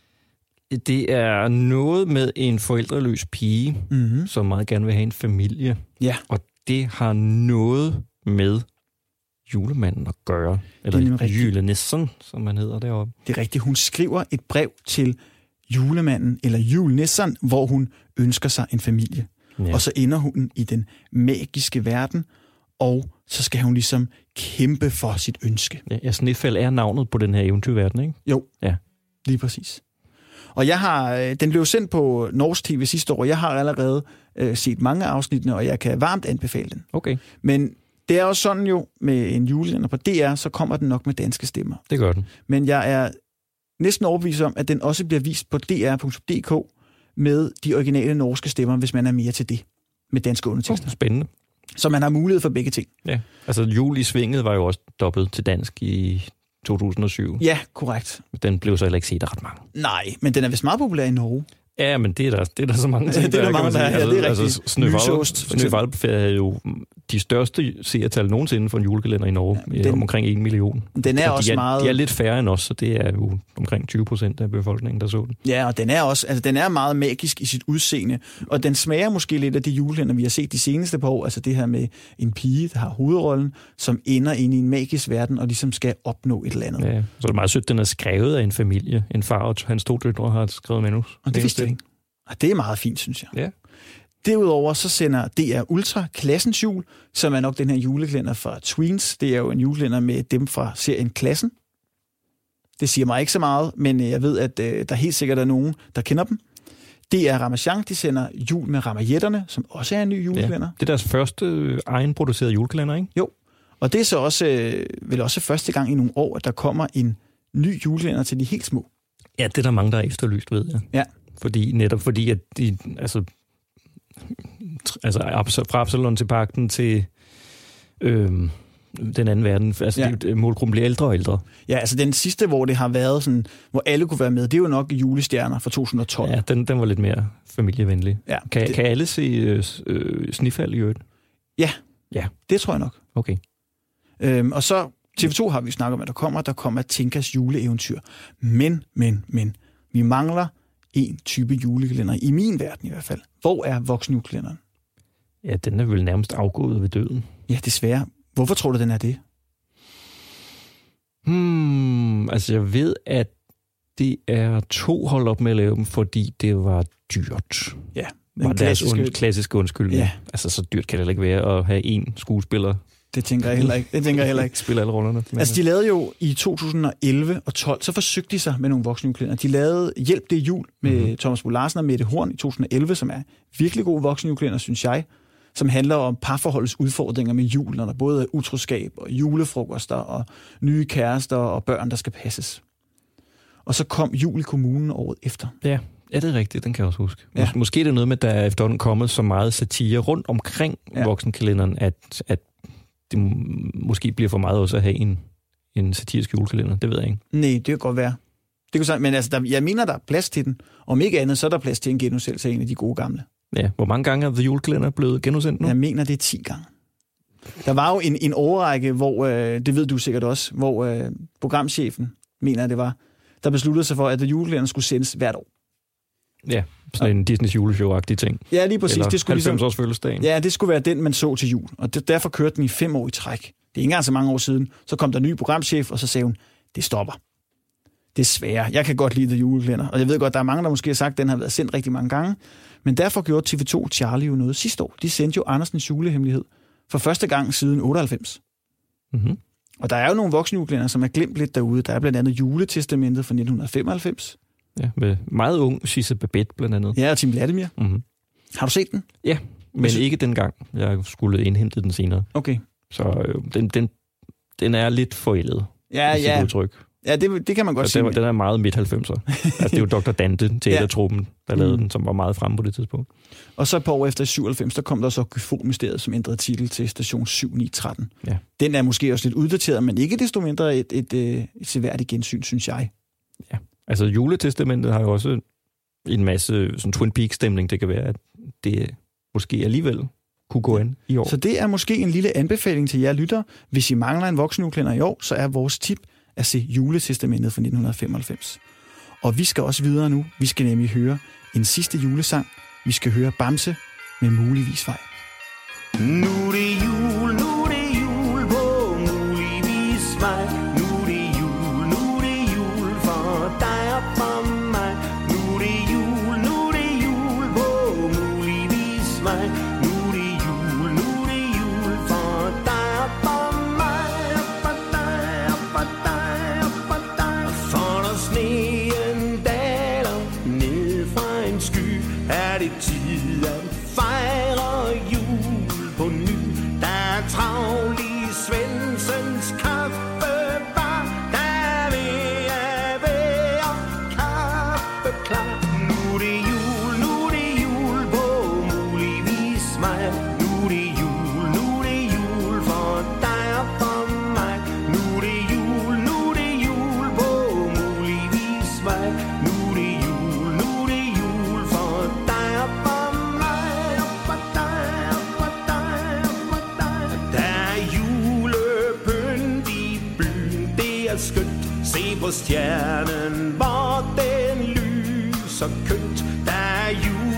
Det er noget med en forældreløs pige, mm-hmm. som meget gerne vil have en familie. Ja. Og det har noget med julemanden at gøre. Eller julenissen, som man hedder deroppe. Det er rigtigt. Hun skriver et brev til julemanden, eller julenissen, hvor hun ønsker sig en familie. Ja. Og så ender hun i den magiske verden, og så skal hun ligesom kæmpe for sit ønske. Ja, Snefald er navnet på den her eventyrverden, ikke? Jo, ja. Lige præcis. Og jeg har, den blev sendt på Norsk T V sidste år. Jeg har allerede øh, set mange afsnittene, og jeg kan varmt anbefale den. Okay. Men det er også sådan jo, med en julekalender på D R, så kommer den nok med danske stemmer. Det gør den. Men jeg er næsten overbevist om, at den også bliver vist på d r punktum d k med de originale norske stemmer, hvis man er mere til det, med danske undertekster. Oh, spændende. Så man har mulighed for begge ting. Ja, altså Jul i Svinget var jo også dobbelt til dansk i to tusind og syv. Ja, korrekt. Den blev så heller ikke set af ret mange. Nej, men den er vist meget populær i Norge. Ja, men det er der, det er der så mange ting, det er der, der mange, der er. Ja, det er altså, rigtigt. Snøvalp Snøvalp er jo de største seertal nogensinde for en julekalender i Norge, ja, den, omkring en million. Den er og også de er, meget... De er lidt færre end os, så det er jo omkring tyve procent af befolkningen, der så den. Ja, og den er også, altså den er meget magisk i sit udseende, og den smager måske lidt af de julekalender, vi har set de seneste par år, altså det her med en pige, der har hovedrollen, som ender ind i en magisk verden, og ligesom skal opnå et eller andet. Ja, så er det meget sødt, den er skrevet af en familie. En far og hans to døtre har skrevet manus. Og det vidste jeg ikke. Og det er meget fint, synes jeg. Ja. Derudover så sender D R Ultra Klassens Jul, som er nok den her julekalender fra Tweens. Det er jo en julekalender med dem fra serien Klassen. Det siger mig ikke så meget, men jeg ved, at øh, der helt sikkert er nogen, der kender dem. D R Ramachan, de sender Jul med Ramajetterne, som også er en ny julekalender. Ja, det er deres første øh, egenproducerede julekalender, ikke? Jo, og det er så også, øh, vel også første gang i nogle år, at der kommer en ny julekalender til de helt små. Ja, det er der mange, der er efterlyst, ved jeg. Ja. Fordi, netop fordi, at de, altså, altså fra Absalon til Pagten til øhm, den anden verden, altså ja. det, målgruppen bliver ældre og ældre. Ja, altså den sidste, hvor det har været sådan, hvor alle kunne være med, det er jo nok Julestjerner fra to tusind og tolv. Ja, den, den var lidt mere familievenlig. Ja, kan, det... kan alle se øh, øh, Snefald i øvrigt? Ja, ja, det tror jeg nok. Okay. Øhm, og så T V to har vi snakket om, at der kommer, der kommer Tinkas juleeventyr. Men, men, men, vi mangler en type julekalender, i min verden i hvert fald. Hvor er voksenjulekalenderen? Ja, den er vel nærmest afgået ved døden. Ja, desværre. Hvorfor tror du, den er det? Hmm, altså jeg ved, at det er to hold op med at lave dem, fordi det var dyrt. Ja, var klassiske... deres und- klassiske undskyldning. Ja. Altså så dyrt kan det ikke være at have én skuespiller. Det tænker jeg heller ikke. Det tænker jeg heller ikke. Spiller alle rollerne. Altså, de lavede jo i to tusind og elleve og tolv, så forsøgte de sig med nogle voksenjulekalender. De lavede Hjælp det jul med mm-hmm. Thomas Bo Larsen og Mette Horn i to tusind og elleve, som er virkelig god voksenjulekalender, synes jeg, som handler om parforholdets udfordringer med jul, når der både er utroskab og julefrokoster og nye kærester og børn, der skal passes. Og så kom Jul i kommunen året efter. Ja, ja, det er rigtigt. Den kan jeg også huske. Mås- ja. Måske er det noget med, at der er efterhånden kommet så meget satire rundt omkring ja. voksenkalenderen, at, at det måske bliver for meget også at have en, en satirisk julekalender. Det ved jeg ikke. Nej, det kan godt være. Det kan sige, men altså, der, jeg mener, der er plads til den. Om ikke andet, så er der plads til en genudsendelse af en af de gode gamle. Ja, hvor mange gange er The Julekalender blevet genudsendt nu? Jeg mener, det er ti gange. Der var jo en, en overrække, hvor, øh, det ved du sikkert også, hvor øh, programchefen, mener det var, der besluttede sig for, at The Julekalender skulle sendes hvert år. Ja, sådan ja. en Disneys juleshow-agtig ting. Ja, lige præcis. Eller det skulle halvfems års fødselsdagen. Ja, det skulle være den, man så til jul. Og det, derfor kørte den i fem år i træk. Det er ikke engang så mange år siden. Så kom der en ny programchef, og så sagde hun, det stopper. Desværre. Jeg kan godt lide The Julekalender. Og jeg ved godt, der er mange, der måske har sagt, at den har været sendt rigtig mange gange. Men derfor gjorde T V to Charlie jo noget sidste år. De sendte jo Andersens julehemmelighed for første gang siden otteoghalvfems. Mm-hmm. Og der er jo nogle voksenjulekalender, som er glemt lidt derude. Der er blandt andet Juletestamentet fra nitten femoghalvfems. Ja, med meget ung Sisse Babette blandt andet. Ja, og Tim Vladimir. Mm-hmm. Har du set den? Ja, men synes... ikke dengang. Jeg skulle indhente den senere. Okay. Så øh, den, den, den er lidt forældet. Ja, ja. Udtryk. Ja, det, det kan man godt sige. Den, den er meget midt-halvfemser. Altså, det er jo doktor Dante, teatertruppen, der lavede mm. den, som var meget fremme på det tidspunkt. Og så et par år efter i syvoghalvfems, der kom der så Gyfon-mysteriet, som ændrede titel til Station syv ni tretten. Ja. Den er måske også lidt uddateret, men ikke desto mindre et, et, et, et seværdigt gensyn, synes jeg. Ja, altså Juletestamentet har jo også en masse sådan Twin Peaks-stemning. Det kan være, at det måske alligevel kunne gå ind i år. Så det er måske en lille anbefaling til jer lyttere. Hvis I mangler en voksenjulekalender i år, så er vores tip at se Juletestamentet fra nitten femoghalvfems. Og vi skal også videre nu. Vi skal nemlig høre en sidste julesang. Vi skal høre Bamse med Muligvis Vej. Nu er det jul, nu er det jul på Muligvis Vej. Nu er det jul, nu er det jul for dig og for mig. Nu er det jul, nu er det jul på Muligvis Vej. Nu er det jul, nu er det jul for dig og for mig. Og for dig og for dig og for dig. For når sneen daler ned fra en sky, er det tid at fejre jul på ny. Der er travlt i Svendsens kaffebar. Der er ved at være er det jul, nu er det jul på muligvis mig. Nu er det jul, nu er det jul for dig og for mig. Nu er det jul, nu er det jul på muligvis mig. Nu er det jul, nu er det jul for dig og for mig. Og for dig, og for dig, og for dig. Der er julepynt i byen, det er skønt. Se på stjernen, hvor den lyser kønt. Der er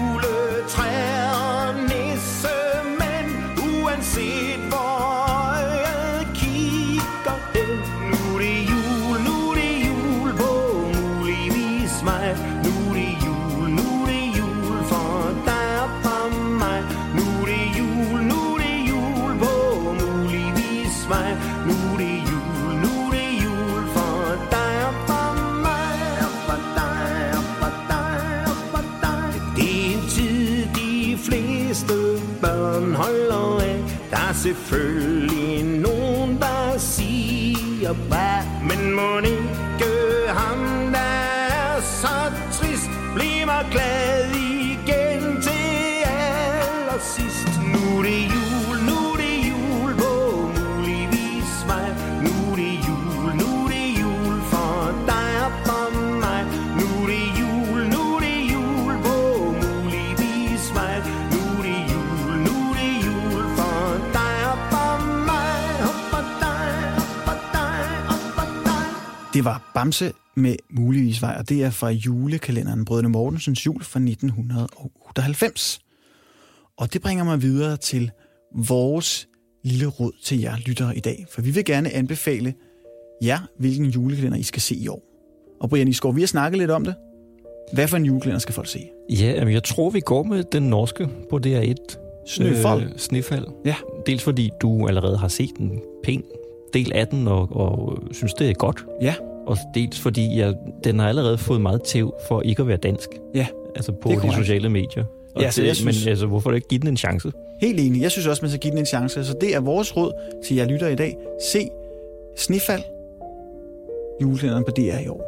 juletræer og nissemænd, uanset hvor øjet kigger hen. Nu er det jul, nu er det jul på muligvis mig. Nu er det jul, nu er det jul for dig og for mig. Nu er det jul, nu er det jul på muligvis mig. Nu er det jul, nu er det jul for dig og for mig. Og for dig, og for dig, og for dig. Det er en tid, de fleste børn holder af. Der er selvfølgelig nogen, der siger hvad, men må ikke ham, der er så trist, bliv mig glad igen til allersidst. Nu er det jul, nu er det jul på muligvis mig. Nu er det jul, nu er det jul for dig og for mig. Nu er det jul, nu er det jul på muligvis mig. Nu er det jul, nu er det jul for dig og for mig. Og for dig, og for dig, og for dig. Det var Bamse med muligvis vej, og det er fra julekalenderen Brødrene Mortensens jul fra nitten otteoghalvfems. Og det bringer mig videre til vores lille råd til jer lyttere i dag, for vi vil gerne anbefale jer, hvilken julekalender I skal se i år. Og Brian Iskov, vi har snakket lidt om det. Hvad for en julekalender skal folk se? Ja, men jeg tror, vi går med den norske på D R et. Snøfald. Øh, Snefald. Ja. Dels fordi du allerede har set en pæn del af den, og, og synes, det er godt. Ja. Og dels fordi jeg, den har allerede fået meget tæv for ikke at være dansk. Ja, altså på det er de korrekt. sociale medier. Og Ja, så det, jeg synes- Men altså, hvorfor ikke give den en chance? Helt enig. Jeg synes også, man skal give den en chance. Så det er vores råd til jer lyttere i dag. Se Snefald, julekalenderen på D R i år.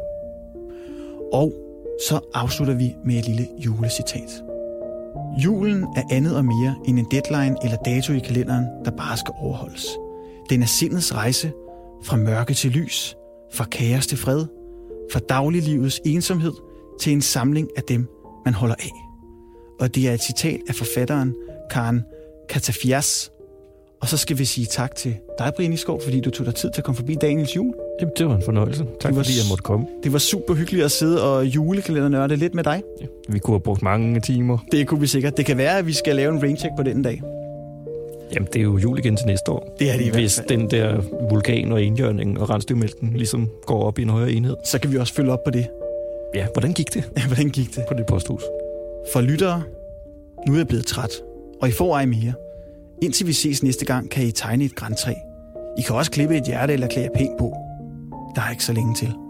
Og så afslutter vi med et lille julecitat. Julen er andet og mere end en deadline eller dato i kalenderen, der bare skal overholdes. Den er sindets rejse fra mørke til lys, fra kaos til fred, fra dagliglivets ensomhed til en samling af dem, man holder af. Og det er et citat af forfatteren Karen Katafias. Og så skal vi sige tak til dig, Brian Iskov, fordi du tog dig tid til at komme forbi Daniels jul. Jamen, det var en fornøjelse. Tak Det var fordi jeg måtte komme. Det var super hyggeligt at sidde og julekalendernørde lidt med dig. Ja, vi kunne have brugt mange timer. Det kunne vi sikkert. Det kan være, at vi skal lave en raincheck på den dag. Jamen, det er jo jul igen til næste år. Det er det i hvert Hvis fald. den der vulkan og enhjørningen og rensdyrmælken ligesom går op i en højere enhed. Så kan vi også følge op på det. Ja, hvordan gik det Hvordan gik det? på det posthus? For lyttere, nu er jeg blevet træt, og I får ej mere. Indtil vi ses næste gang, kan I tegne et grantræ. I kan også klippe et hjerte eller klæde jer pænt på. Der er ikke så længe til.